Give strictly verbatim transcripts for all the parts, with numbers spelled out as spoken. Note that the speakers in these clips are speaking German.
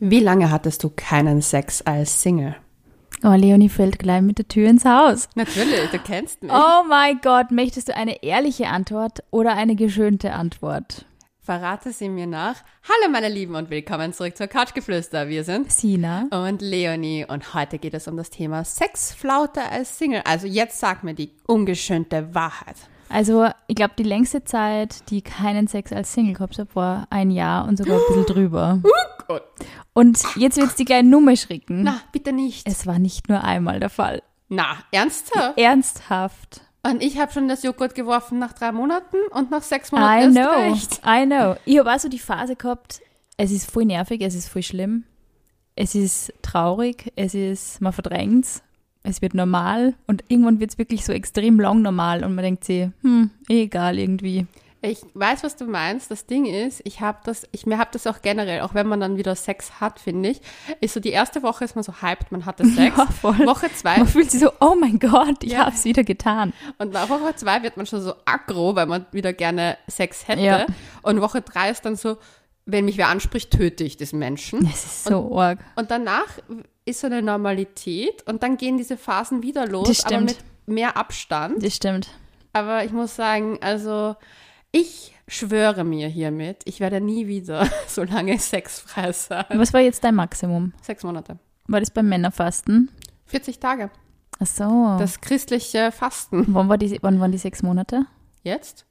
Wie lange hattest du keinen Sex als Single? Oh, Leonie fällt gleich mit der Tür ins Haus. Natürlich, du kennst mich. Oh mein Gott, möchtest du eine ehrliche Antwort oder eine geschönte Antwort? Verrate sie mir nach. Hallo meine Lieben und willkommen zurück zur Couchgeflüster. Wir sind Sina und Leonie und heute geht es um das Thema Sexflaute als Single. Also jetzt sag mir die ungeschönte Wahrheit. Also ich glaube, die längste Zeit, die ich keinen Sex als Single gehabt habe, war ein Jahr und sogar ein bisschen drüber. Oh Gott. Und jetzt wird's die kleine Nummer schrecken. Na, bitte nicht. Es war nicht nur einmal der Fall. Na, ernsthaft? Ernsthaft. Und ich habe schon das Joghurt geworfen nach drei Monaten und nach sechs Monaten I erst know, recht. I know. Ich habe auch so die Phase gehabt, es ist voll nervig, es ist voll schlimm, es ist traurig, es ist, man verdrängt's, es wird normal und irgendwann wird es wirklich so extrem lang normal und man denkt sich, hm, egal irgendwie. Ich weiß, was du meinst. Das Ding ist, ich habe das, ich mir habe das auch generell, auch wenn man dann wieder Sex hat, finde ich, ist so die erste Woche ist man so hyped, man hatte Sex. Ja, voll. Woche zwei. Man fühlt sich so, oh mein Gott, ich Ja. habe es wieder getan. Und nach Woche zwei wird man schon so aggro, weil man wieder gerne Sex hätte. Ja. Und Woche drei ist dann so, wenn mich wer anspricht, töte ich diesen Menschen. Es ist so arg. Und danach ist so eine Normalität und dann gehen diese Phasen wieder los, Das aber stimmt. mit mehr Abstand. Das stimmt. Aber ich muss sagen, also ich schwöre mir hiermit, ich werde nie wieder so lange sexfrei sein. Was war jetzt dein Maximum? Sechs Monate. War das beim Männerfasten? vierzig Tage. Ach so. Das christliche Fasten. wann, war die, wann waren die sechs Monate? Jetzt?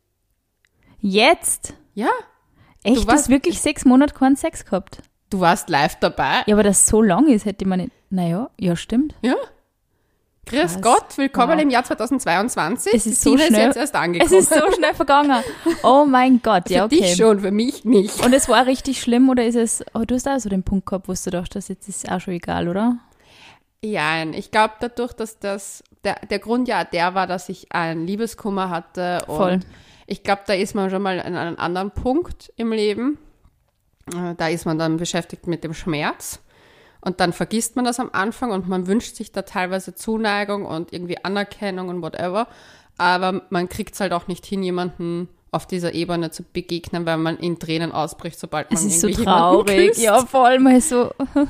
Jetzt? Ja. Echt, Du du warst- hast wirklich sechs Monate keinen Sex gehabt? Du warst live dabei. Ja, aber das so lang ist, hätte man nicht. Naja, ja, stimmt. Ja. Grüß Krass. Gott, willkommen Wow. im Jahr zweitausendzweiundzwanzig. Es ist Die so Sina schnell. ist jetzt erst Es angekommen. ist so schnell vergangen. Oh mein Gott, Für ja, okay. dich schon, für mich nicht. Und es war richtig schlimm oder ist es, oh, du hast auch so den Punkt gehabt, wo du dachtest, jetzt ist es auch schon egal, oder? Ja, ich glaube dadurch, dass das, der, der Grund ja der war, dass ich einen Liebeskummer hatte. Und Voll. ich glaube, da ist man schon mal an einem anderen Punkt im Leben. Äh, Da ist man dann beschäftigt mit dem Schmerz. Und dann vergisst man das am Anfang und man wünscht sich da teilweise Zuneigung und irgendwie Anerkennung und whatever. Aber man kriegt es halt auch nicht hin, jemanden auf dieser Ebene zu begegnen, weil man in Tränen ausbricht, sobald man Es ist so irgendwie jemanden traurig. küsst. Ja, voll mal so,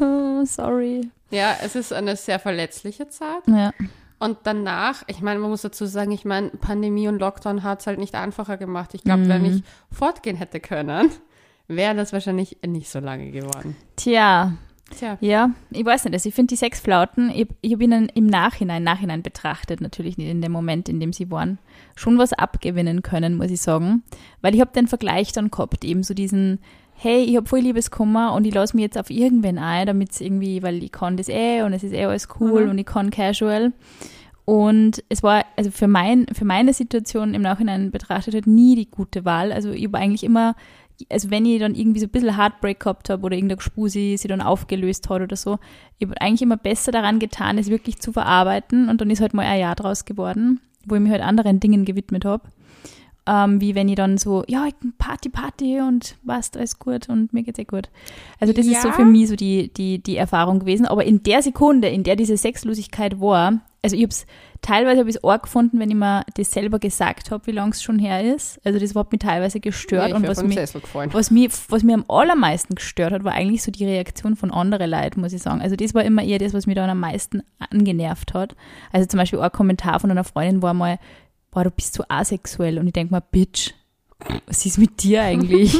sorry. Ja, es ist eine sehr verletzliche Zeit. Ja. Und danach, ich meine, man muss dazu sagen, ich meine, Pandemie und Lockdown hat es halt nicht einfacher gemacht. Ich glaube, wenn ich fortgehen hätte können, wäre das wahrscheinlich nicht so lange geworden. Tja, Tja. ja, ich weiß nicht, also ich finde die Sexflauten, ich, ich habe ihnen im Nachhinein, Nachhinein betrachtet, natürlich nicht in dem Moment, in dem sie waren, schon was abgewinnen können, muss ich sagen. Weil ich habe den Vergleich dann gehabt, eben so diesen, hey, ich habe voll Liebeskummer und ich lasse mich jetzt auf irgendwen ein, damit es irgendwie, weil ich kann das eh und es ist eh alles cool Mhm. und ich kann casual. Und es war, also für, mein, für meine Situation im Nachhinein betrachtet, halt nie die gute Wahl. Also ich habe eigentlich immer, also wenn ich dann irgendwie so ein bisschen Heartbreak gehabt habe oder irgendeine Spusi sie dann aufgelöst hat oder so, ich habe eigentlich immer besser daran getan, es wirklich zu verarbeiten und dann ist halt mal ein Jahr draus geworden, wo ich mich halt anderen Dingen gewidmet habe. Ähm, wie wenn ich dann so, ja, ich Party, Party und was, alles gut und mir geht's eh gut. Also das Ja. ist so für mich so die, die, die Erfahrung gewesen. Aber in der Sekunde, in der diese Sexlosigkeit war, also ich habe es, teilweise habe ich es arg gefunden, wenn ich mir das selber gesagt habe, wie lange es schon her ist. Also das hat mich teilweise gestört. ich und wäre was vom mich, Sessel gefallen. was, mich, was mir am allermeisten gestört hat, war eigentlich so die Reaktion von anderen Leuten, muss ich sagen. Also das war immer eher das, was mich dann am meisten angenervt hat. Also zum Beispiel ein Kommentar von einer Freundin war mal, boah, du bist so asexuell. Und ich denke mir, Bitch, was ist mit dir eigentlich?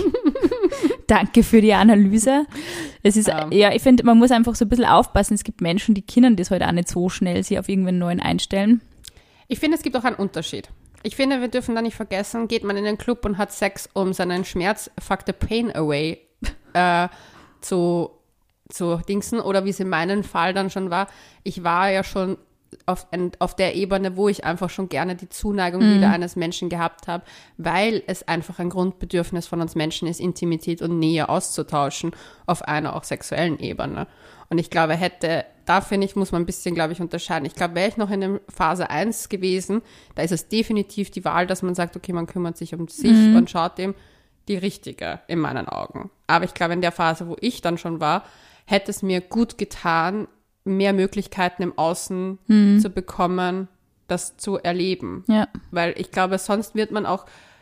Danke für die Analyse. Es ist, Ja. ja, ich finde, man muss einfach so ein bisschen aufpassen. Es gibt Menschen, die können das halt auch nicht so schnell sich auf irgendwen neuen einstellen. Ich finde, es gibt auch einen Unterschied. Ich finde, wir dürfen da nicht vergessen, geht man in den Club und hat Sex, um seinen Schmerz, fuck the pain away, äh, zu, zu dingsen. Oder wie es in meinem Fall dann schon war, ich war ja schon auf, ein, auf der Ebene, wo ich einfach schon gerne die Zuneigung Mhm. wieder eines Menschen gehabt habe, weil es einfach ein Grundbedürfnis von uns Menschen ist, Intimität und Nähe auszutauschen auf einer auch sexuellen Ebene. Und ich glaube, hätte, da finde ich, muss man ein bisschen, glaube ich, unterscheiden. Ich glaube, wäre ich noch in der Phase eins gewesen, da ist es definitiv die Wahl, dass man sagt, okay, man kümmert sich um sich Mhm. und schaut dem die richtige, in meinen Augen. Aber ich glaube, in der Phase, wo ich dann schon war, hätte es mir gut getan, mehr Möglichkeiten im Außen Mhm. zu bekommen, das zu erleben. Ja. Weil ich glaube, sonst wird man auch,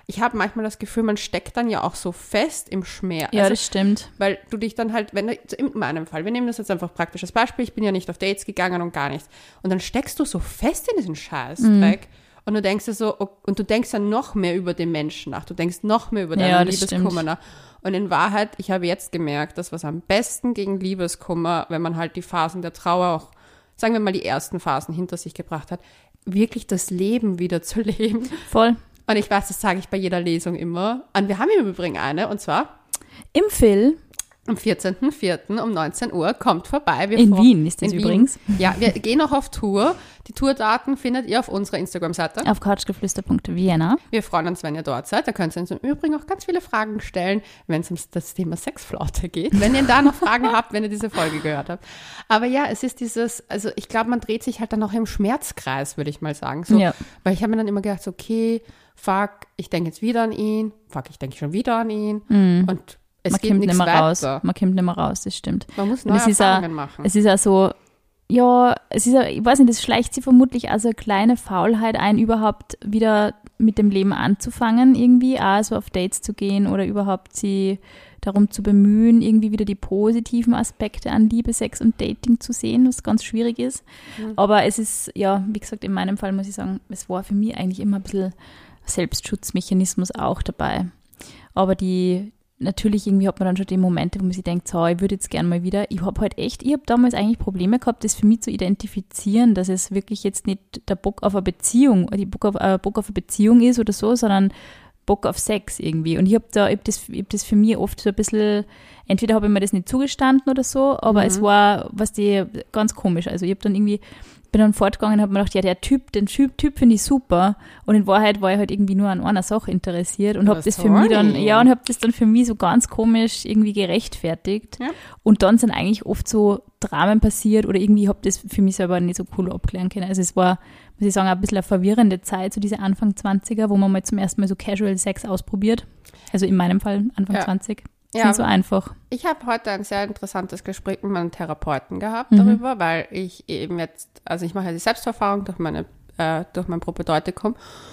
ich habe manchmal das Gefühl, man steckt dann ja auch so fest im Schmerz. Ja, also, das stimmt. Weil du dich dann halt, wenn du, in meinem Fall, wir nehmen das jetzt einfach praktisches Beispiel, ich bin ja nicht auf Dates gegangen und gar nichts. Und dann steckst du so fest in diesen Scheißdreck. Mhm. Und du denkst ja so, und du denkst ja noch mehr über den Menschen nach. Du denkst noch mehr über deinen ja, Liebeskummer nach. Und in Wahrheit, ich habe jetzt gemerkt, dass was am besten gegen Liebeskummer, wenn man halt die Phasen der Trauer auch, sagen wir mal, die ersten Phasen hinter sich gebracht hat, wirklich das Leben wieder zu leben. Voll. Und ich weiß, das sage ich bei jeder Lesung immer. Und wir haben im Übrigen eine, und zwar im Phil. Am vierzehnten vierten um neunzehn Uhr, kommt vorbei. Wir in vor- Wien ist das in übrigens. Wien. Ja, wir gehen noch auf Tour. Die Tourdaten findet ihr auf unserer Instagram-Seite. Auf couchgeflüster punkt vienna. Wir freuen uns, wenn ihr dort seid. Da könnt ihr uns im Übrigen auch ganz viele Fragen stellen, wenn es um das Thema Sexflaute geht. Wenn ihr da noch Fragen habt, wenn ihr diese Folge gehört habt. Aber ja, es ist dieses, also ich glaube, man dreht sich halt dann auch im Schmerzkreis, würde ich mal sagen. So, ja. Weil ich habe mir dann immer gedacht, so, okay, fuck, ich denke jetzt wieder an ihn. Fuck, ich denke schon wieder an ihn. Mhm. Und es man geht kommt nichts nicht mehr weiter. raus. Man kommt nicht mehr raus, das stimmt. Man muss neue es ist Erfahrungen auch, machen. Es ist auch so, ja, es ist auch, ich weiß nicht, das schleicht sie vermutlich also eine kleine Faulheit ein, überhaupt wieder mit dem Leben anzufangen irgendwie, auch so auf Dates zu gehen oder überhaupt sie darum zu bemühen, irgendwie wieder die positiven Aspekte an Liebe, Sex und Dating zu sehen, was ganz schwierig ist. Mhm. Aber es ist, ja, wie gesagt, in meinem Fall muss ich sagen, es war für mich eigentlich immer ein bisschen Selbstschutzmechanismus auch dabei. Aber die natürlich irgendwie hat man dann schon die Momente, wo man sich denkt, so, ich würde jetzt gerne mal wieder, ich habe halt echt, ich habe damals eigentlich Probleme gehabt, das für mich zu identifizieren, dass es wirklich jetzt nicht der Bock auf eine Beziehung, die Bock auf, äh, Bock auf eine Beziehung ist oder so, sondern Bock auf Sex irgendwie. Und ich habe da, ich hab das, ich hab das für mich oft so ein bisschen, entweder habe ich mir das nicht zugestanden oder so, aber mhm. es war, was die, ganz komisch. Also ich habe dann irgendwie, bin dann fortgegangen und habe mir gedacht, ja, der Typ, den Typ, Typ finde ich super. Und in Wahrheit war ich halt irgendwie nur an einer Sache interessiert und habe das für mich dann, ja, und habe das dann für mich so ganz komisch irgendwie gerechtfertigt. Ja. Und dann sind eigentlich oft so Dramen passiert oder irgendwie habe das für mich selber nicht so cool abklären können. Also es war, muss ich sagen, ein bisschen eine verwirrende Zeit, so diese Anfang zwanziger, wo man mal zum ersten Mal so Casual Sex ausprobiert. Also in meinem Fall Anfang ja. zwanzig. Das ja, ist so einfach. Ich habe heute ein sehr interessantes Gespräch mit meinem Therapeuten gehabt mhm. darüber, weil ich eben jetzt, also ich mache ja die Selbsterfahrung durch meine, äh, durch mein Propedeutikum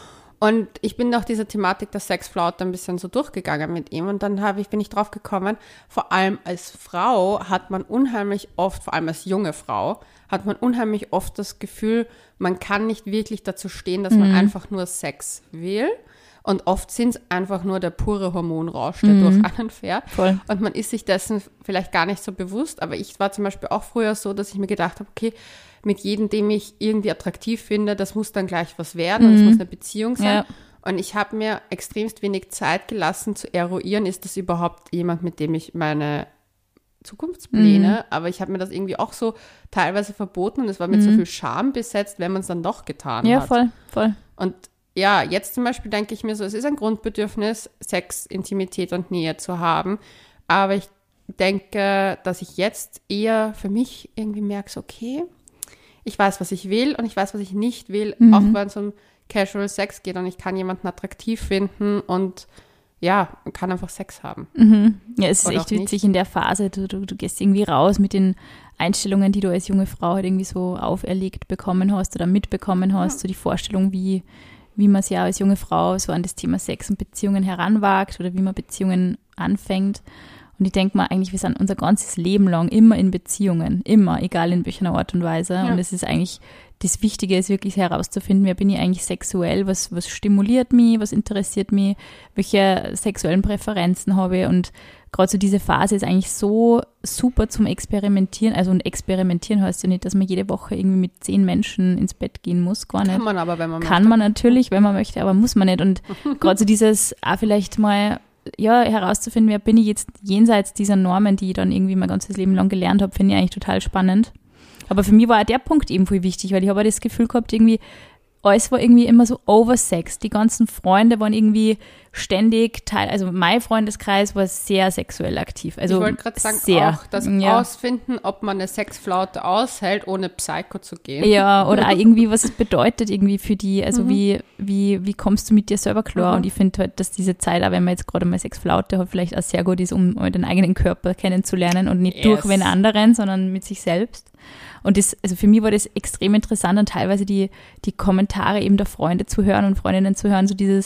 und ich bin nach dieser Thematik der Sexflaute ein bisschen so durchgegangen mit ihm und dann habe ich, bin ich drauf gekommen, vor allem als Frau hat man unheimlich oft, vor allem als junge Frau, hat man unheimlich oft das Gefühl, man kann nicht wirklich dazu stehen, dass mhm. man einfach nur Sex will. Und oft sind es einfach nur der pure Hormonrausch, der mhm. durch einen fährt. Voll. Und man ist sich dessen vielleicht gar nicht so bewusst. Aber ich war zum Beispiel auch früher so, dass ich mir gedacht habe, okay, mit jedem, dem ich irgendwie attraktiv finde, das muss dann gleich was werden. Mhm. Und es muss eine Beziehung sein. Ja. Und ich habe mir extremst wenig Zeit gelassen zu eruieren, ist das überhaupt jemand, mit dem ich meine Zukunftspläne, mhm. aber ich habe mir das irgendwie auch so teilweise verboten und es war mit mhm. so viel Scham besetzt, wenn man es dann doch getan ja, hat. Ja, voll, voll. Und ja, jetzt zum Beispiel denke ich mir so, es ist ein Grundbedürfnis, Sex, Intimität und Nähe zu haben. Aber ich denke, dass ich jetzt eher für mich irgendwie merke, so, okay, ich weiß, was ich will und ich weiß, was ich nicht will, mhm. auch wenn es um Casual Sex geht und ich kann jemanden attraktiv finden und ja, man kann einfach Sex haben. Mhm. Ja, es ist echt witzig in der Phase, du, du, du gehst irgendwie raus mit den Einstellungen, die du als junge Frau halt irgendwie so auferlegt bekommen hast oder mitbekommen hast, ja. so die Vorstellung, wie wie man es ja als junge Frau so an das Thema Sex und Beziehungen heranwagt oder wie man Beziehungen anfängt. Und ich denke mal, eigentlich, wir sind unser ganzes Leben lang immer in Beziehungen, immer, egal in welcher Art und Weise. Ja. Und es ist eigentlich, das Wichtige ist wirklich herauszufinden, wer bin ich eigentlich sexuell, was, was stimuliert mich, was interessiert mich, welche sexuellen Präferenzen habe ich. Und gerade so diese Phase ist eigentlich so super zum Experimentieren. Also und experimentieren heißt ja nicht, dass man jede Woche irgendwie mit zehn Menschen ins Bett gehen muss, gar nicht. Kann man aber, wenn man Kann möchte. man natürlich, wenn man möchte, aber muss man nicht. Und gerade so dieses, auch vielleicht mal ja, herauszufinden, wer bin ich jetzt jenseits dieser Normen, die ich dann irgendwie mein ganzes Leben lang gelernt habe, finde ich eigentlich total spannend. Aber für mich war auch der Punkt eben voll wichtig, weil ich habe auch das Gefühl gehabt, irgendwie, alles war irgendwie immer so oversext. Die ganzen Freunde waren irgendwie ständig Teil, also mein Freundeskreis war sehr sexuell aktiv. Also ich wollte gerade sagen, sehr, auch das ja. Ausfinden, ob man eine Sexflaute aushält, ohne Psycho zu gehen. Ja, oder auch irgendwie, was es bedeutet irgendwie für die, also mhm. wie, wie, wie kommst du mit dir selber klar? Mhm. Und ich finde halt, dass diese Zeit, auch wenn man jetzt gerade mal Sexflaute hat, vielleicht auch sehr gut ist, um den eigenen Körper kennenzulernen und nicht yes. durch wen anderen, sondern mit sich selbst. Und das, also für mich war das extrem interessant und teilweise die, die Kommentare eben der Freunde zu hören und Freundinnen zu hören, so dieses,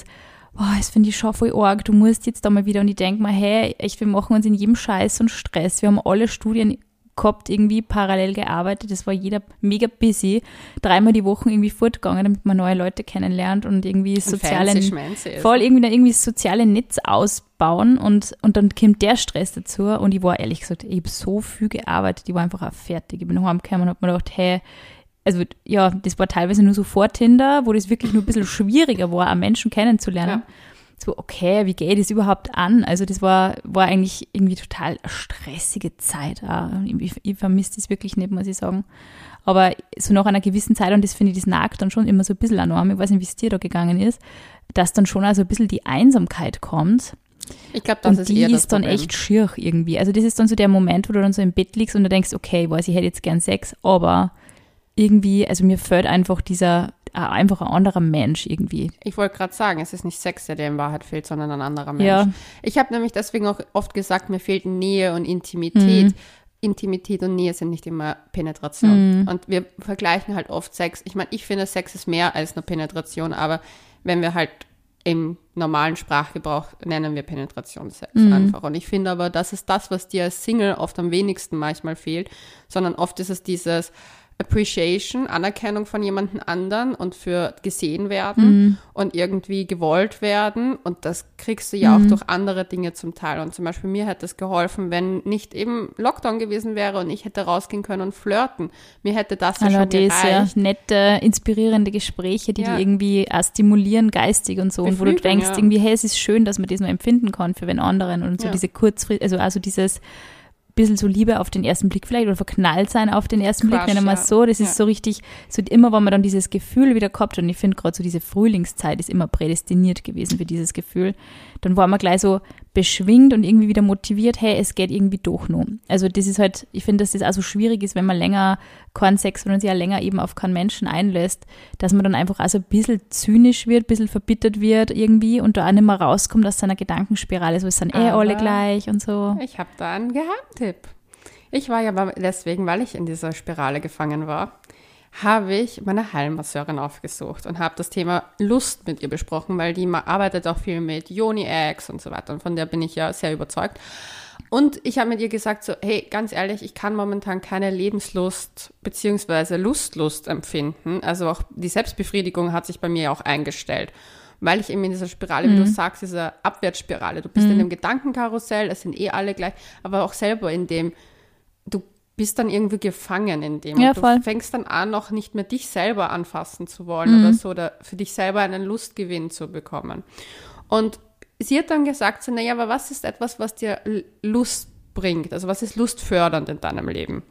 boah, das finde ich schon voll arg, du musst jetzt da mal wieder. Und ich denke mir, hey, echt, wir machen uns in jedem Scheiß und Stress. Wir haben alle Studien gehabt, irgendwie parallel gearbeitet. Das war jeder mega busy. Dreimal die Woche irgendwie fortgegangen, damit man neue Leute kennenlernt und irgendwie das soziale, voll irgendwie, irgendwie das soziale Netz ausbauen und, und dann kommt der Stress dazu. Und ich war ehrlich gesagt, ich habe so viel gearbeitet, ich war einfach auch fertig. Ich bin heimgekommen und habe mir gedacht, hey, also ja, das war teilweise nur so vor Tinder, wo das wirklich nur ein bisschen schwieriger war, einen Menschen kennenzulernen. Ja. So, okay, wie geht es überhaupt an? Also das war, war eigentlich irgendwie total eine stressige Zeit. Ich, ich vermisse das wirklich nicht, muss ich sagen. Aber so nach einer gewissen Zeit, und das finde ich, das nagt dann schon immer so ein bisschen enorm, ich weiß nicht, wie es dir da gegangen ist, dass dann schon also ein bisschen die Einsamkeit kommt. Ich glaube, das und ist die eher das ist dann Problem. echt schier irgendwie. Also das ist dann so der Moment, wo du dann so im Bett liegst und du denkst, okay, ich weiß, ich hätte jetzt gern Sex, aber irgendwie, also mir fehlt einfach dieser, einfach ein anderer Mensch irgendwie. Ich wollte gerade sagen, es ist nicht Sex, der dir in Wahrheit fehlt, sondern ein anderer Mensch. Ja. Ich habe nämlich deswegen auch oft gesagt, mir fehlt Nähe und Intimität. Mhm. Intimität und Nähe sind nicht immer Penetration. Mhm. Und wir vergleichen halt oft Sex. Ich meine, ich finde, Sex ist mehr als nur Penetration, aber wenn wir halt im normalen Sprachgebrauch nennen wir Penetration Sex mhm. einfach. Und ich finde aber, das ist das, was dir als Single oft am wenigsten manchmal fehlt, sondern oft ist es dieses Appreciation, Anerkennung von jemandem anderen und für gesehen werden mhm. und irgendwie gewollt werden. Und das kriegst du ja mhm. auch durch andere Dinge zum Teil. Und zum Beispiel mir hätte es geholfen, wenn nicht eben Lockdown gewesen wäre und ich hätte rausgehen können und flirten. Mir hätte das ja also schon das gereicht. Ja inspirierende, inspirierende Gespräche, die ja. die irgendwie auch stimulieren, geistig und so. Und wo du denkst, ja. irgendwie, hey, es ist schön, dass man das mal empfinden kann für den anderen. Und so ja. diese kurzfristig, also also dieses bisschen so Liebe auf den ersten Blick vielleicht oder verknallt sein auf den ersten Crush, Blick, nennen wir es ja. so. Das ja. ist so richtig, so immer, wenn man dann dieses Gefühl wieder gehabt hat, und ich finde gerade so diese Frühlingszeit ist immer prädestiniert gewesen für dieses Gefühl, dann war man gleich so beschwingt und irgendwie wieder motiviert, hey, es geht irgendwie doch noch. Also das ist halt, ich finde, dass das auch so schwierig ist, wenn man länger keinen Sex und sich ja länger eben auf keinen Menschen einlässt, dass man dann einfach also ein bisschen zynisch wird, ein bisschen verbittert wird irgendwie und da auch nicht mehr rauskommt aus seiner Gedankenspirale, so es sind eh alle gleich und so. Ich habe da einen Geheimtipp. Ich war ja deswegen, weil ich in dieser Spirale gefangen war, habe ich meine Heilmasseurin aufgesucht und habe das Thema Lust mit ihr besprochen, weil die arbeitet auch viel mit Yoni-Eggs und so weiter und von der bin ich ja sehr überzeugt. Und ich habe mit ihr gesagt so, hey, ganz ehrlich, ich kann momentan keine Lebenslust beziehungsweise Lustlust empfinden. Also auch die Selbstbefriedigung hat sich bei mir auch eingestellt, weil ich eben in dieser Spirale, mhm. wie du sagst, dieser Abwärtsspirale, du bist mhm. in dem Gedankenkarussell, es sind eh alle gleich, aber auch selber in dem, du bist dann irgendwie gefangen in dem. Ja, und du voll. fängst dann an, noch nicht mehr dich selber anfassen zu wollen mhm. oder so, oder für dich selber einen Lustgewinn zu bekommen. Und sie hat dann gesagt, so, naja, aber was ist etwas, was dir Lust bringt? Also was ist lustfördernd in deinem Leben?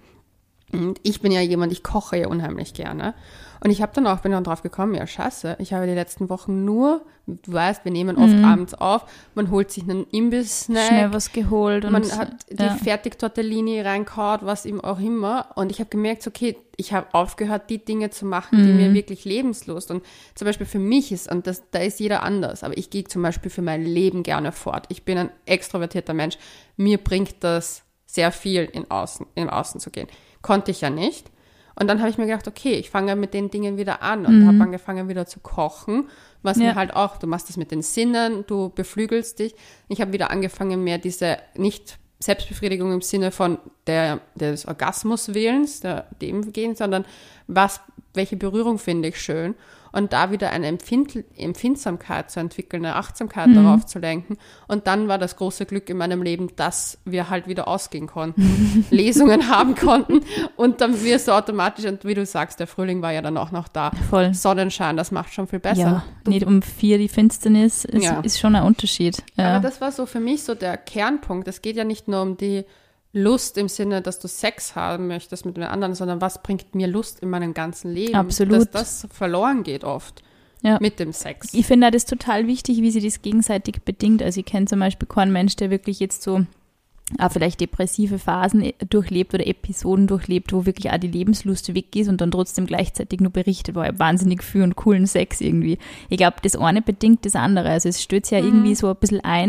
Und ich bin ja jemand, ich koche ja unheimlich gerne. Und ich habe dann auch, bin dann drauf gekommen, ja scheiße, ich habe die letzten Wochen nur, du weißt, wir nehmen oft mhm. abends auf, man holt sich einen Imbiss-Snack. Schnell was geholt. Und man hat die ja. Fertig-Tortellini reingehauen, was ihm auch immer. Und ich habe gemerkt, okay, ich habe aufgehört, die Dinge zu machen, die mhm. mir wirklich Lebenslust. Und zum Beispiel für mich ist, und das, da ist jeder anders, aber ich gehe zum Beispiel für mein Leben gerne fort. Ich bin ein extrovertierter Mensch. Mir bringt das sehr viel, in Außen, im Außen zu gehen. Konnte ich ja nicht. Und dann habe ich mir gedacht, okay, ich fange mit den Dingen wieder an und mhm. habe angefangen wieder zu kochen, was ja. mir halt auch, du machst das mit den Sinnen, du beflügelst dich. Ich habe wieder angefangen, mehr diese nicht Selbstbefriedigung im Sinne von der, des Orgasmuswillens, der, dem gehen, sondern was, welche Berührung finde ich schön und da wieder eine Empfind- Empfindsamkeit zu entwickeln, eine Achtsamkeit mhm. darauf zu lenken. Und dann war das große Glück in meinem Leben, dass wir halt wieder ausgehen konnten, Lesungen haben konnten und dann wirst du automatisch, und wie du sagst, der Frühling war ja dann auch noch da. Voll. Sonnenschein, das macht schon viel besser. Ja, nicht um vier die Finsternis, ist, ja. ist schon ein Unterschied. Ja. Aber das war so für mich so der Kernpunkt. Es geht ja nicht nur um die Lust im Sinne, dass du Sex haben möchtest mit einem anderen, sondern was bringt mir Lust in meinem ganzen Leben? Absolut. Dass das verloren geht oft ja. mit dem Sex. Ich finde das total wichtig, wie sie das gegenseitig bedingt. Also ich kenne zum Beispiel keinen Mensch, der wirklich jetzt so auch vielleicht depressive Phasen durchlebt oder Episoden durchlebt, wo wirklich auch die Lebenslust weg ist und dann trotzdem gleichzeitig nur berichtet, war ja wahnsinnig viel und coolen Sex irgendwie. Ich glaube, das eine bedingt das andere. Also es stößt ja mhm. irgendwie so ein bisschen ein,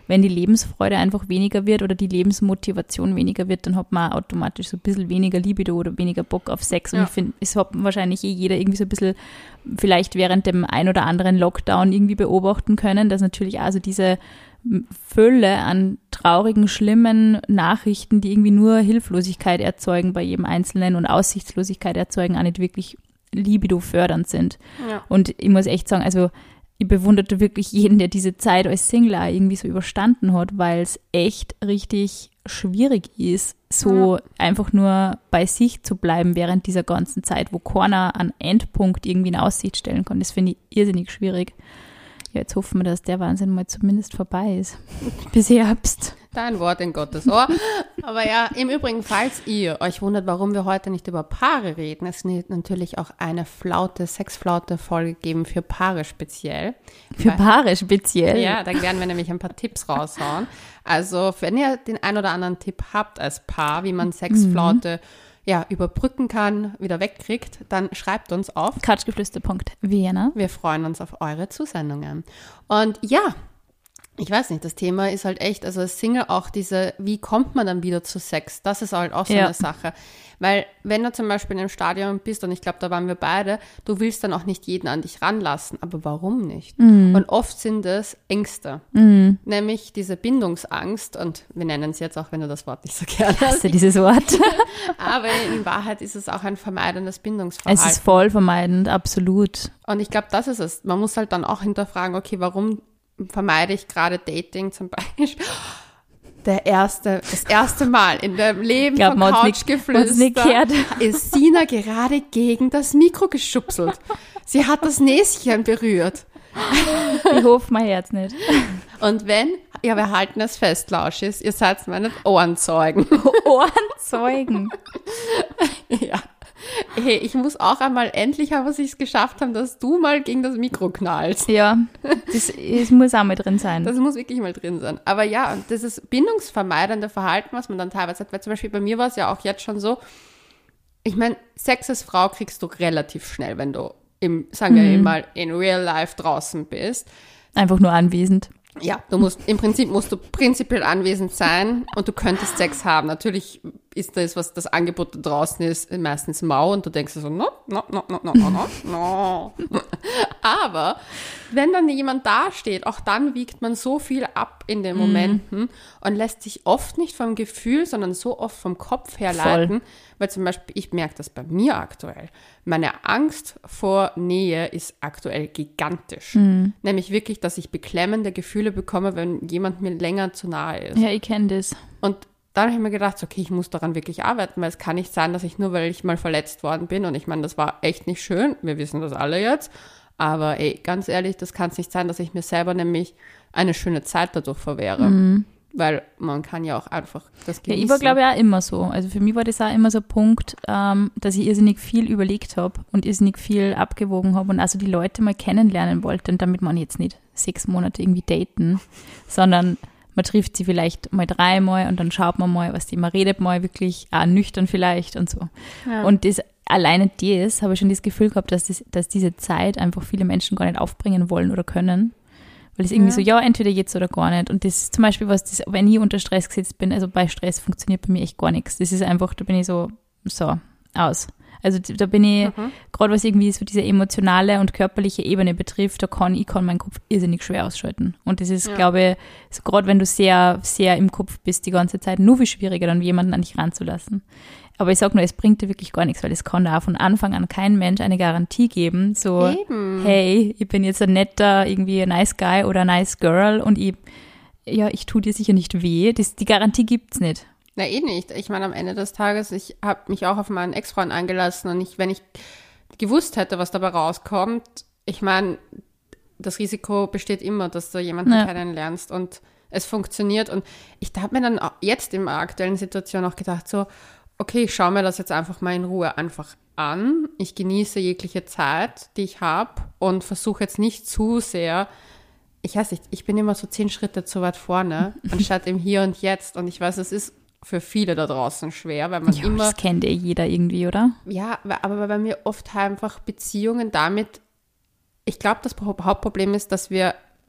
wenn die Lebensfreude einfach weniger wird oder die Lebensmotivation weniger wird, dann hat man automatisch so ein bisschen weniger Libido oder weniger Bock auf Sex. Und Ja. ich finde, es hat wahrscheinlich eh jeder irgendwie so ein bisschen vielleicht während dem ein oder anderen Lockdown irgendwie beobachten können, dass natürlich also diese Fülle an traurigen, schlimmen Nachrichten, die irgendwie nur Hilflosigkeit erzeugen bei jedem Einzelnen und Aussichtslosigkeit erzeugen, auch nicht wirklich Libido fördernd sind. Ja. Und ich muss echt sagen, also ich bewunderte wirklich jeden, der diese Zeit als Single auch irgendwie so überstanden hat, weil es echt richtig schwierig ist, so Ja. einfach nur bei sich zu bleiben während dieser ganzen Zeit, wo keiner einen Endpunkt irgendwie in Aussicht stellen kann. Das finde ich irrsinnig schwierig. Ja, jetzt hoffen wir, dass der Wahnsinn mal zumindest vorbei ist. Bis Herbst. Dein Wort in Gottes Ohr. Aber ja, im Übrigen, falls ihr euch wundert, warum wir heute nicht über Paare reden, es wird natürlich auch eine Flaute, Sexflaute-Folge geben für Paare speziell. Für Weil- Paare speziell. Ja, da werden wir nämlich ein paar Tipps raushauen. Also, wenn ihr den ein oder anderen Tipp habt als Paar, wie man Sexflaute ja, überbrücken kann, wieder wegkriegt, dann schreibt uns auf. Couchgeflüster Punkt Vienna. Wir freuen uns auf eure Zusendungen. Und ja, ich weiß nicht, das Thema ist halt echt, also als Single auch diese, wie kommt man dann wieder zu Sex? Das ist halt auch so Ja. eine Sache. Weil wenn du zum Beispiel in einem Stadion bist, und ich glaube, da waren wir beide, du willst dann auch nicht jeden an dich ranlassen. Aber warum nicht? Mhm. Und oft sind es Ängste. Mhm. Nämlich diese Bindungsangst, und wir nennen es jetzt auch, wenn du das Wort nicht so gerne Ich hasse hast, dieses Wort. aber in Wahrheit ist es auch ein vermeidendes Bindungsverhalten. Es ist voll vermeidend, absolut. Und ich glaube, das ist es. Man muss halt dann auch hinterfragen, okay, warum vermeide ich gerade Dating zum Beispiel? Der erste, das erste Mal in dem Leben Glaub, von man hat's nicht- man hat's nicht Couchgeflüster gehört. ist Sina gerade gegen das Mikro geschubselt. Sie hat das Näschen berührt. Ich hoffe mein Herz nicht. Und wenn, ja, wir halten es fest, Lauschis, ihr seid meine Ohrenzeugen. Ohrenzeugen. Ja. Hey, ich muss auch einmal endlich haben, was ich es geschafft haben, dass du mal gegen das Mikro knallst. Ja, das, das muss auch mal drin sein. Das muss wirklich mal drin sein. Aber ja, und dieses bindungsvermeidende Verhalten, was man dann teilweise hat, weil zum Beispiel bei mir war es ja auch jetzt schon so, ich meine, Sex als Frau kriegst du relativ schnell, wenn du im, sagen wir Mhm. mal, in real life draußen bist. Einfach nur anwesend. Ja, du musst, im Prinzip musst du prinzipiell anwesend sein und du könntest Sex haben. Natürlich ist das, was das Angebot da draußen ist, meistens mau und du denkst so, no, no, no, no, no, no, no. Aber wenn dann jemand dasteht, auch dann wiegt man so viel ab in den Momenten und lässt sich oft nicht vom Gefühl, sondern so oft vom Kopf her leiten. Weil zum Beispiel, ich merke das bei mir aktuell. Meine Angst vor Nähe ist aktuell gigantisch. Nämlich wirklich, dass ich beklemmende Gefühle bekomme, wenn jemand mir länger zu nahe ist. Ja, ich kenne das. Und dann habe ich mir gedacht, so, okay, ich muss daran wirklich arbeiten, weil es kann nicht sein, dass ich nur, weil ich mal verletzt worden bin, und ich meine, das war echt nicht schön, wir wissen das alle jetzt, aber ey, ganz ehrlich, das kann es nicht sein, dass ich mir selber nämlich eine schöne Zeit dadurch verwehre. Weil man kann ja auch einfach das Ja, genießen. ich war, glaube ich, auch immer so. Also für mich war das auch immer so ein Punkt, ähm, dass ich irrsinnig viel überlegt habe und irrsinnig viel abgewogen habe und also die Leute mal kennenlernen wollte. Und damit man jetzt nicht sechs Monate irgendwie daten, sondern man trifft sie vielleicht mal dreimal und dann schaut man mal, was die, man redet mal wirklich auch nüchtern vielleicht und so. Ja. Und das, alleine das habe ich schon das Gefühl gehabt, dass, das, dass diese Zeit einfach viele Menschen gar nicht aufbringen wollen oder können. Weil es irgendwie Ja. so, ja, entweder jetzt oder gar nicht. Und das ist zum Beispiel was, das, wenn ich unter Stress gesetzt bin, also bei Stress funktioniert bei mir echt gar nichts. Das ist einfach, da bin ich so, so, aus. Also da bin ich, Mhm. gerade was irgendwie so diese emotionale und körperliche Ebene betrifft, da kann ich kann meinen Kopf irrsinnig schwer ausschalten. Und das ist, Ja. glaube ich, so gerade wenn du sehr, sehr im Kopf bist die ganze Zeit, nur viel schwieriger, dann jemanden an dich ranzulassen. Aber ich sag nur, es bringt dir wirklich gar nichts, weil es kann da auch von Anfang an kein Mensch eine Garantie geben, so, Eben. hey, ich bin jetzt ein netter, irgendwie ein nice guy oder ein nice girl und ich, ja, ich tue dir sicher nicht weh. Das, die Garantie gibt's nicht. Na eh nicht. Ich meine, am Ende des Tages, ich habe mich auch auf meinen Ex-Freund eingelassen und ich, wenn ich gewusst hätte, was dabei rauskommt, ich meine, das Risiko besteht immer, dass du jemanden Ja. kennenlernst und es funktioniert. Und ich habe mir dann auch jetzt in der aktuellen Situation auch gedacht, so, okay, ich schaue mir das jetzt einfach mal in Ruhe einfach an. Ich genieße jegliche Zeit, die ich habe und versuche jetzt nicht zu sehr, ich weiß nicht, ich bin immer so zehn Schritte zu weit vorne, anstatt im Hier und Jetzt. Und ich weiß, es ist für viele da draußen schwer, weil man Ja, immer, das kennt eh jeder irgendwie, oder? ja, aber bei mir oft einfach Beziehungen damit, ich glaube, das Hauptproblem ist, dass wir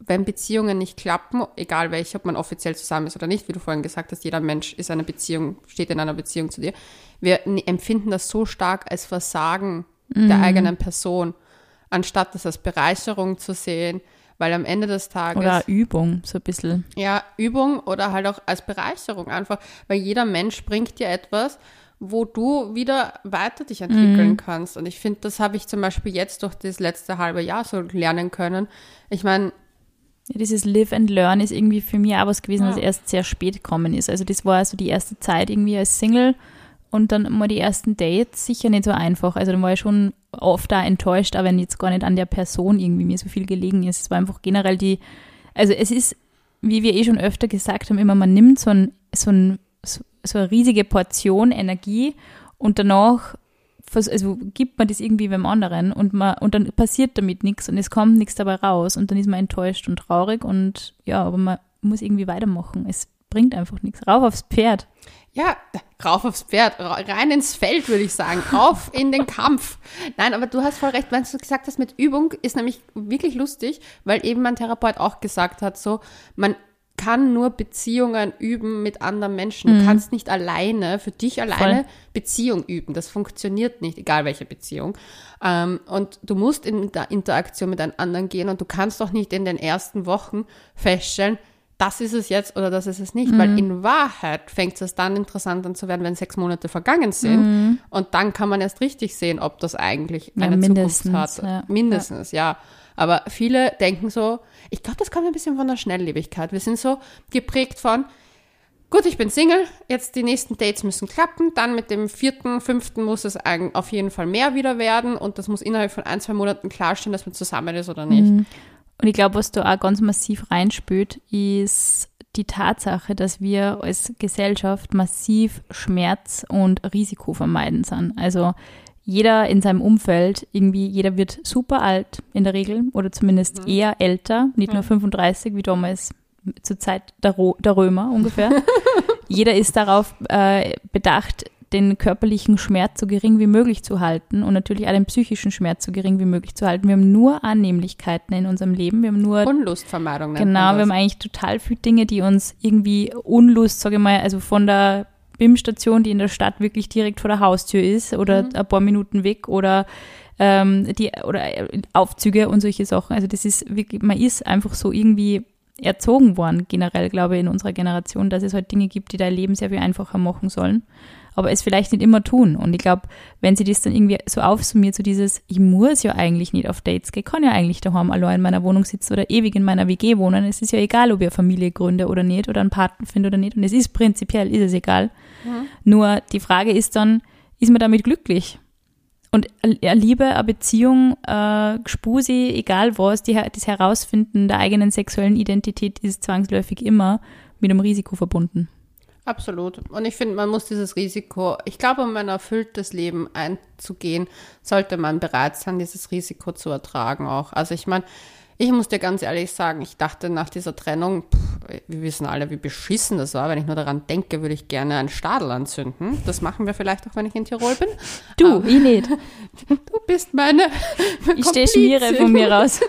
wenn Beziehungen nicht klappen, egal welche, ob man offiziell zusammen ist oder nicht, wie du vorhin gesagt hast, jeder Mensch ist eine Beziehung, steht in einer Beziehung zu dir. Wir empfinden das so stark als Versagen mhm. der eigenen Person, anstatt das als Bereicherung zu sehen, weil am Ende des Tages... Oder Übung, so ein bisschen. Ja, Übung oder halt auch als Bereicherung einfach, weil jeder Mensch bringt dir etwas, wo du wieder weiter dich entwickeln mhm. kannst. Und ich finde, das habe ich zum Beispiel jetzt durch das letzte halbe Jahr so lernen können. Ich meine... Ja, dieses Live and Learn ist irgendwie für mich auch was gewesen, ja. was erst sehr spät gekommen ist. Also das war so die erste Zeit irgendwie als Single und dann mal die ersten Dates sicher nicht so einfach. Also dann war ich schon oft da enttäuscht, aber wenn jetzt gar nicht an der Person irgendwie mir so viel gelegen ist. Es war einfach generell die... Also es ist, wie wir eh schon öfter gesagt haben, immer man nimmt so ein, so ein so, so eine riesige Portion Energie und danach also gibt man das irgendwie beim anderen und man und dann passiert damit nichts und es kommt nichts dabei raus und dann ist man enttäuscht und traurig und ja, aber man muss irgendwie weitermachen. Es bringt einfach nichts. Rauf aufs Pferd. Ja, rauf aufs Pferd, rein ins Feld, würde ich sagen, auf in den Kampf. Nein, aber du hast voll recht, wenn du gesagt hast, mit Übung ist nämlich wirklich lustig, weil eben mein Therapeut auch gesagt hat, so, man kann nur Beziehungen üben mit anderen Menschen. Du mhm. kannst nicht alleine, für dich alleine Voll. Beziehung üben. Das funktioniert nicht, egal welche Beziehung. Ähm, und du musst in der Interaktion mit einem anderen gehen und du kannst doch nicht in den ersten Wochen feststellen, das ist es jetzt oder das ist es nicht. Mhm. Weil in Wahrheit fängt es dann interessant an zu werden, wenn sechs Monate vergangen sind. Mhm. Und dann kann man erst richtig sehen, ob das eigentlich eine ja, Zukunft hat. Ja. Mindestens, ja. ja. Aber viele denken so, ich glaube, das kommt ein bisschen von der Schnelllebigkeit. Wir sind so geprägt von, gut, ich bin Single, jetzt die nächsten Dates müssen klappen, dann mit dem vierten, fünften muss es auf jeden Fall mehr wieder werden und das muss innerhalb von ein, zwei Monaten klarstellen, dass man zusammen ist oder nicht. Und ich glaube, was da auch ganz massiv reinspült, ist die Tatsache, dass wir als Gesellschaft massiv Schmerz und Risiko vermeiden sind. Also jeder in seinem Umfeld, irgendwie, jeder wird super alt in der Regel oder zumindest mhm. eher älter, nicht mhm. nur fünfunddreißig, wie damals zur Zeit der, Ro- der Römer ungefähr. Jeder ist darauf äh, bedacht, den körperlichen Schmerz so gering wie möglich zu halten und natürlich auch den psychischen Schmerz so gering wie möglich zu halten. Wir haben nur Annehmlichkeiten in unserem Leben. Wir haben nur Unlustvermeidung. Genau, wir haben eigentlich total viele Dinge, die uns irgendwie Unlust, sage ich mal, also von der B I M-Station, die in der Stadt wirklich direkt vor der Haustür ist oder mhm. ein paar Minuten weg oder ähm, die oder Aufzüge und solche Sachen. Also das ist wirklich, man ist einfach so irgendwie erzogen worden, generell, glaube ich, in unserer Generation, dass es halt Dinge gibt, die dein Leben sehr viel einfacher machen sollen, aber es vielleicht nicht immer tun. Und ich glaube, wenn sie das dann irgendwie so aufsummiert, so dieses, ich muss ja eigentlich nicht auf Dates gehen, kann ja eigentlich daheim allein in meiner Wohnung sitzen oder ewig in meiner W G wohnen. Es ist ja egal, ob ich eine Familie gründe oder nicht oder einen Partner finde oder nicht. Und es ist prinzipiell, ist es egal. Mhm. Nur die Frage ist dann, ist man damit glücklich? Und eine Liebe, eine Beziehung, äh, Gspusi, egal was, die, das Herausfinden der eigenen sexuellen Identität ist zwangsläufig immer mit einem Risiko verbunden. Absolut. Und ich finde, man muss dieses Risiko, ich glaube, um ein erfülltes Leben einzugehen, sollte man bereit sein, dieses Risiko zu ertragen auch. Also ich meine, ich muss dir ganz ehrlich sagen, ich dachte nach dieser Trennung, pff, wir wissen alle, wie beschissen das war. Wenn ich nur daran denke, würde ich gerne einen Stadel anzünden. Das machen wir vielleicht auch, wenn ich in Tirol bin. Du, Aber, ich nicht. Du bist meine Ich stationniere von mir raus.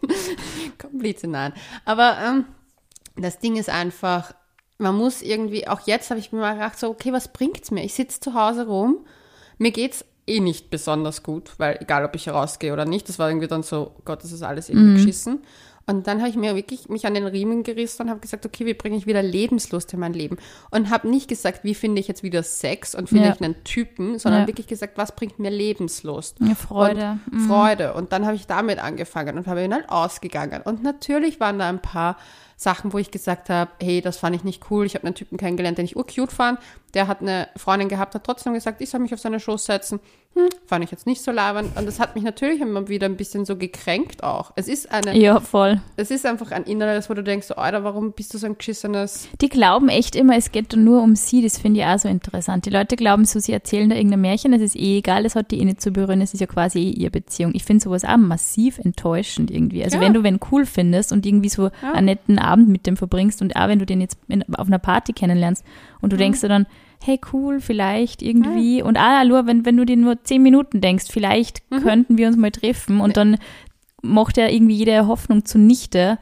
Komplize, nein. Aber ähm, das Ding ist einfach, man muss irgendwie, auch jetzt habe ich mir mal gedacht, so, okay, was bringt's mir? Ich sitze zu Hause rum, mir geht's eh nicht besonders gut, weil egal, ob ich rausgehe oder nicht, das war irgendwie dann so, Gott, das ist alles irgendwie mhm. geschissen. Und dann habe ich mir wirklich mich an den Riemen gerissen und habe gesagt, okay, wie bringe ich wieder Lebenslust in mein Leben? Und habe nicht gesagt, wie finde ich jetzt wieder Sex und finde ja. ich einen Typen, sondern ja. wirklich gesagt, was bringt mir Lebenslust? Ja, Freude. Und mhm. Freude. Und dann habe ich damit angefangen und habe ihn halt ausgegangen. Und natürlich waren da ein paar Sachen, wo ich gesagt habe, hey, das fand ich nicht cool. Ich habe einen Typen kennengelernt, den ich urcute fand. Der hat eine Freundin gehabt, hat trotzdem gesagt, ich soll mich auf seine Schoß setzen. Hm, fand ich jetzt nicht so labernd. Und das hat mich natürlich immer wieder ein bisschen so gekränkt auch. Es ist eine... Ja, voll. Es ist einfach ein Inneres, wo du denkst, so, Alter, warum bist du so ein geschissenes... Die glauben echt immer, es geht nur um sie. Das finde ich auch so interessant. Die Leute glauben so, sie erzählen da irgendein Märchen, es ist eh egal, das hat die eh nicht zu berühren, es ist ja quasi eh ihre Beziehung. Ich finde sowas auch massiv enttäuschend irgendwie. Also ja. wenn du wen cool findest und irgendwie so ja. einen netten Abend mit dem verbringst und auch wenn du den jetzt in, auf einer Party kennenlernst und du mhm. denkst dir dann, hey, cool, vielleicht irgendwie. Ja. Und ah, nur, wenn, wenn du dir nur zehn Minuten denkst, vielleicht mhm. könnten wir uns mal treffen und dann macht ja irgendwie jede Hoffnung zunichte.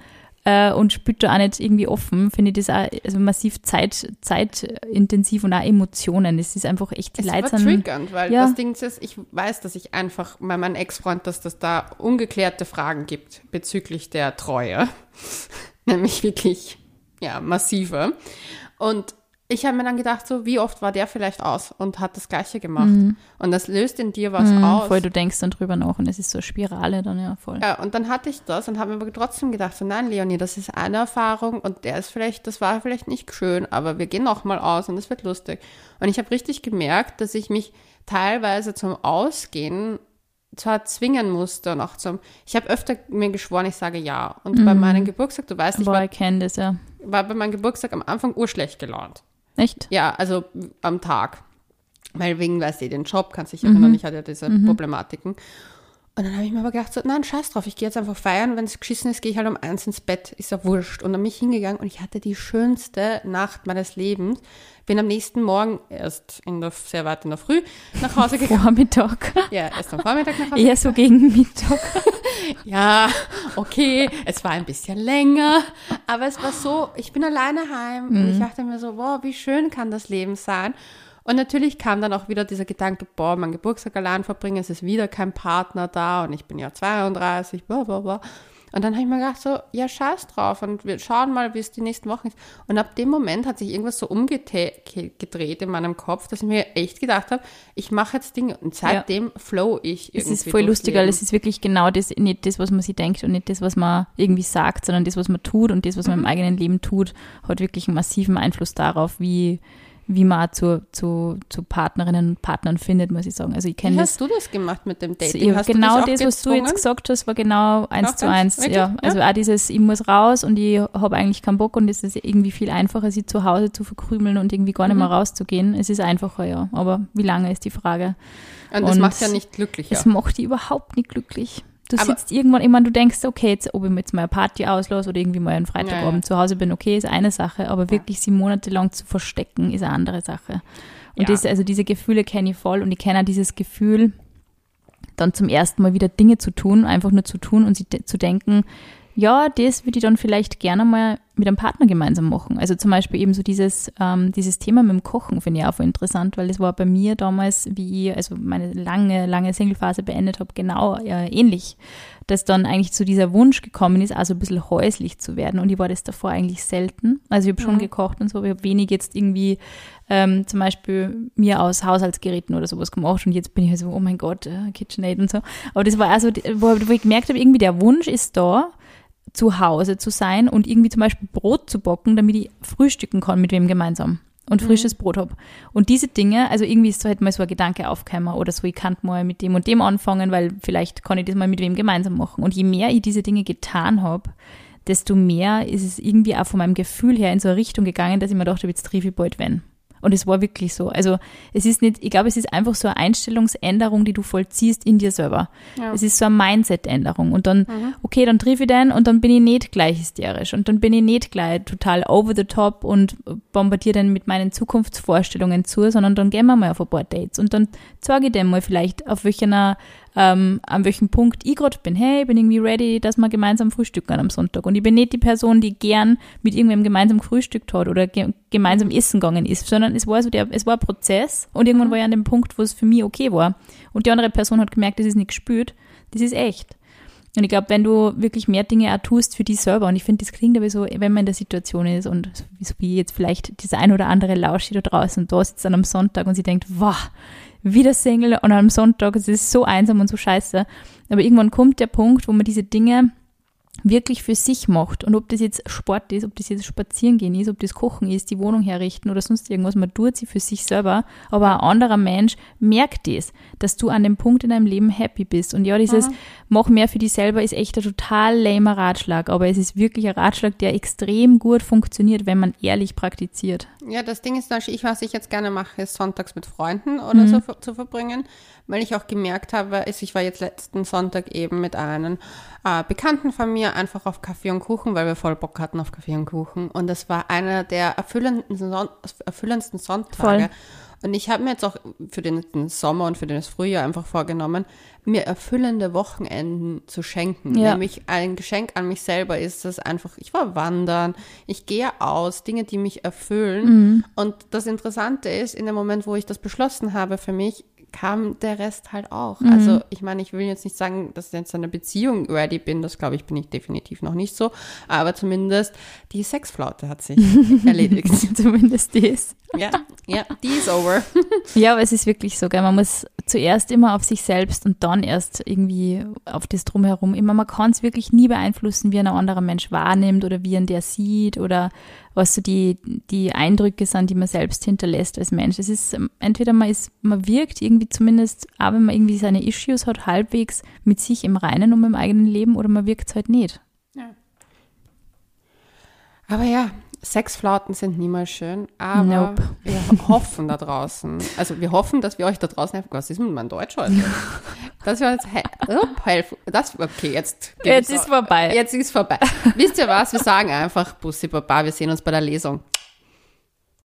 äh, und spürt da auch nicht irgendwie offen, finde ich das auch also massiv Zeit, zeitintensiv und auch Emotionen. Das ist einfach echt die Leute. Es war triggernd, weil ja. das Ding ist, ich weiß, dass ich einfach bei meinem Ex-Freund, dass das da ungeklärte Fragen gibt bezüglich der Treue. Nämlich wirklich, ja, massive. Und ich habe mir dann gedacht, so, wie oft war der vielleicht aus und hat das Gleiche gemacht? Mhm. Und das löst in dir was mhm, aus. Voll, du denkst dann drüber nach und es ist so eine Spirale dann, ja, voll. Ja, und dann hatte ich das und habe mir aber trotzdem gedacht, so, nein, Leonie, das ist eine Erfahrung und der ist vielleicht, das war vielleicht nicht schön, aber wir gehen nochmal aus und es wird lustig. Und ich habe richtig gemerkt, dass ich mich teilweise zum Ausgehen zwar zwingen musste und auch zum, ich habe öfter mir geschworen, ich sage ja. Und mhm. bei meinem Geburtstag, du weißt, ich Boah, war, ich kenne das, ja. war bei meinem Geburtstag am Anfang urschlecht gelaunt. Echt? Ja, also am Tag. Weil wegen, weißt du, den Job, kannst du dich erinnern, mhm. ich hatte ja diese mhm. Problematiken. Und dann habe ich mir aber gedacht, so, nein, scheiß drauf, ich gehe jetzt einfach feiern, wenn es geschissen ist, gehe ich halt um eins ins Bett, ist ja wurscht. Und dann bin ich hingegangen und ich hatte die schönste Nacht meines Lebens. Bin am nächsten Morgen erst in der, sehr weit in der Früh nach Hause gegangen. Vormittag. Ja, erst am Vormittag nach Hause Eher so gegen Mittag. Ja, okay, es war ein bisschen länger, aber es war so, ich bin alleine heim mhm. und ich dachte mir so, wow, wie schön kann das Leben sein. Und natürlich kam dann auch wieder dieser Gedanke, boah, mein Geburtstag allein verbringen, es ist wieder kein Partner da und ich bin ja zweiunddreißig, bla bla bla. Und dann habe ich mir gedacht so, ja, scheiß drauf und wir schauen mal, wie es die nächsten Wochen ist. Und ab dem Moment hat sich irgendwas so umgedreht in meinem Kopf, dass ich mir echt gedacht habe, ich mache jetzt Dinge und seitdem ja. flow ich irgendwie. Es ist voll lustig, weil es ist wirklich genau das, nicht das, was man sich denkt und nicht das, was man irgendwie sagt, sondern das, was man tut und das, was man mhm. im eigenen Leben tut, hat wirklich einen massiven Einfluss darauf, wie wie man zu, zu, zu Partnerinnen und Partnern findet, muss ich sagen. Also ich kenne Wie das. hast du das gemacht mit dem Dating? Ja, hast genau du das, was du jetzt gesagt hast, war genau eins auch zu eins. Wirklich? Ja. Also ja. auch dieses, ich muss raus und ich habe eigentlich keinen Bock und es ist irgendwie viel einfacher, sie zu Hause zu verkrümeln und irgendwie gar nicht mehr rauszugehen. Es ist einfacher, ja. Aber wie lange ist die Frage? Und das und macht ja nicht glücklicher. Es macht die überhaupt nicht glücklich. Du aber sitzt irgendwann, ich meine, du denkst, okay, jetzt, ob ich mir jetzt mal eine Party auslasse oder irgendwie mal einen Freitagabend ja, ja. zu Hause bin, okay, ist eine Sache, aber wirklich sie monatelang zu verstecken, ist eine andere Sache. Und ja. das, also diese Gefühle kenne ich voll und ich kenne auch dieses Gefühl, dann zum ersten Mal wieder Dinge zu tun, einfach nur zu tun und sie de- zu denken, ja, das würde ich dann vielleicht gerne mal mit einem Partner gemeinsam machen. Also zum Beispiel eben so dieses, ähm, dieses Thema mit dem Kochen finde ich auch voll interessant, weil das war bei mir damals, wie ich also meine lange, lange Singlephase beendet habe, genau äh, ähnlich. Dass dann eigentlich zu dieser Wunsch gekommen ist, also ein bisschen häuslich zu werden. Und ich war das davor eigentlich selten. Also ich habe schon mhm. gekocht und so, aber ich habe wenig jetzt irgendwie ähm, zum Beispiel mir aus Haushaltsgeräten oder sowas gemacht. Und jetzt bin ich halt so, oh mein Gott, äh, KitchenAid und so. Aber das war also, wo, wo ich gemerkt habe, irgendwie der Wunsch ist da, zu Hause zu sein und irgendwie zum Beispiel Brot zu backen, damit ich frühstücken kann mit wem gemeinsam und frisches mhm. Brot habe. Und diese Dinge, also irgendwie ist so halt mal so ein Gedanke aufgekommen oder so, ich kann mal mit dem und dem anfangen, weil vielleicht kann ich das mal mit wem gemeinsam machen. Und je mehr ich diese Dinge getan habe, desto mehr ist es irgendwie auch von meinem Gefühl her in so eine Richtung gegangen, dass ich mir dachte, jetzt treffe ich bald wen. Und es war wirklich so. Also es ist nicht, ich glaube, es ist einfach so eine Einstellungsänderung, die du vollziehst in dir selber. Ja. Es ist so eine Mindset-Änderung. Und dann, mhm. okay, dann triff ich den und dann bin ich nicht gleich hysterisch. Und dann bin ich nicht gleich total over the top und bombardiere den mit meinen Zukunftsvorstellungen zu, sondern dann gehen wir mal auf ein paar Dates. Und dann zeige ich dem mal vielleicht, auf welcher Ähm, an welchem Punkt ich gerade bin, hey, ich bin irgendwie ready, dass wir gemeinsam frühstücken am Sonntag. Und ich bin nicht die Person, die gern mit irgendwem gemeinsam gefrühstückt hat oder ge- gemeinsam essen gegangen ist, sondern es war so der, es war ein Prozess und irgendwann war ich an dem Punkt, wo es für mich okay war. Und die andere Person hat gemerkt, das ist nicht gespürt, das ist echt. Und ich glaube, wenn du wirklich mehr Dinge auch tust für dich selber, und ich finde, das klingt aber so, wenn man in der Situation ist und so wie jetzt vielleicht dieser ein oder andere Lauschi da draußen und da sitzt dann am Sonntag und sie denkt, wow, wieder Single und am Sonntag, es ist so einsam und so scheiße. Aber irgendwann kommt der Punkt, wo man diese Dinge wirklich für sich macht. Und ob das jetzt Sport ist, ob das jetzt Spazieren gehen ist, ob das Kochen ist, die Wohnung herrichten oder sonst irgendwas, man tut sie für sich selber. Aber ein anderer Mensch merkt das, dass du an dem Punkt in deinem Leben happy bist. Und ja, dieses mhm. mach mehr für dich selber ist echt ein total lamer Ratschlag. Aber es ist wirklich ein Ratschlag, der extrem gut funktioniert, wenn man ehrlich praktiziert. Ja, das Ding ist, ich, was ich jetzt gerne mache, ist sonntags mit Freunden oder mhm. so zu verbringen, weil ich auch gemerkt habe, ich war jetzt letzten Sonntag eben mit einem äh, Bekannten von mir mir einfach auf Kaffee und Kuchen, weil wir voll Bock hatten auf Kaffee und Kuchen. Und das war einer der erfüllendsten, Son- erfüllendsten Sonntage. Voll. Und ich habe mir jetzt auch für den, den Sommer und für das Frühjahr einfach vorgenommen, mir erfüllende Wochenenden zu schenken. Ja. Nämlich ein Geschenk an mich selber ist das einfach, ich war wandern, ich gehe aus, Dinge, die mich erfüllen. Mhm. Und das Interessante ist, in dem Moment, wo ich das beschlossen habe für mich, kam der Rest halt auch. Mhm. Also ich meine, ich will jetzt nicht sagen, dass ich jetzt in einer Beziehung ready bin, das glaube ich, bin ich definitiv noch nicht so, aber zumindest die Sexflaute hat sich erledigt. Zumindest das. Ja, ja, die ist over. Ja, aber es ist wirklich so, gell? Man muss zuerst immer auf sich selbst und dann erst irgendwie auf das Drumherum. Immer, man kann es wirklich nie beeinflussen, wie ein anderer Mensch wahrnimmt oder wie ihn der sieht oder was so die, die Eindrücke sind, die man selbst hinterlässt als Mensch. Es ist, entweder man ist, man wirkt irgendwie zumindest, auch wenn man irgendwie seine Issues hat, halbwegs mit sich im Reinen und mit dem eigenen Leben, oder man wirkt es halt nicht. Ja. Aber ja, Sexflauten sind niemals schön, aber nope. Wir hoffen da draußen, also wir hoffen, dass wir euch da draußen helfen. Was ist mit meinem Deutsch heute? Dass wir uns he- helfen. Das, okay, jetzt Jetzt ist vorbei. Jetzt ist vorbei. Wisst ihr was? Wir sagen einfach Bussi Baba, wir sehen uns bei der Lesung.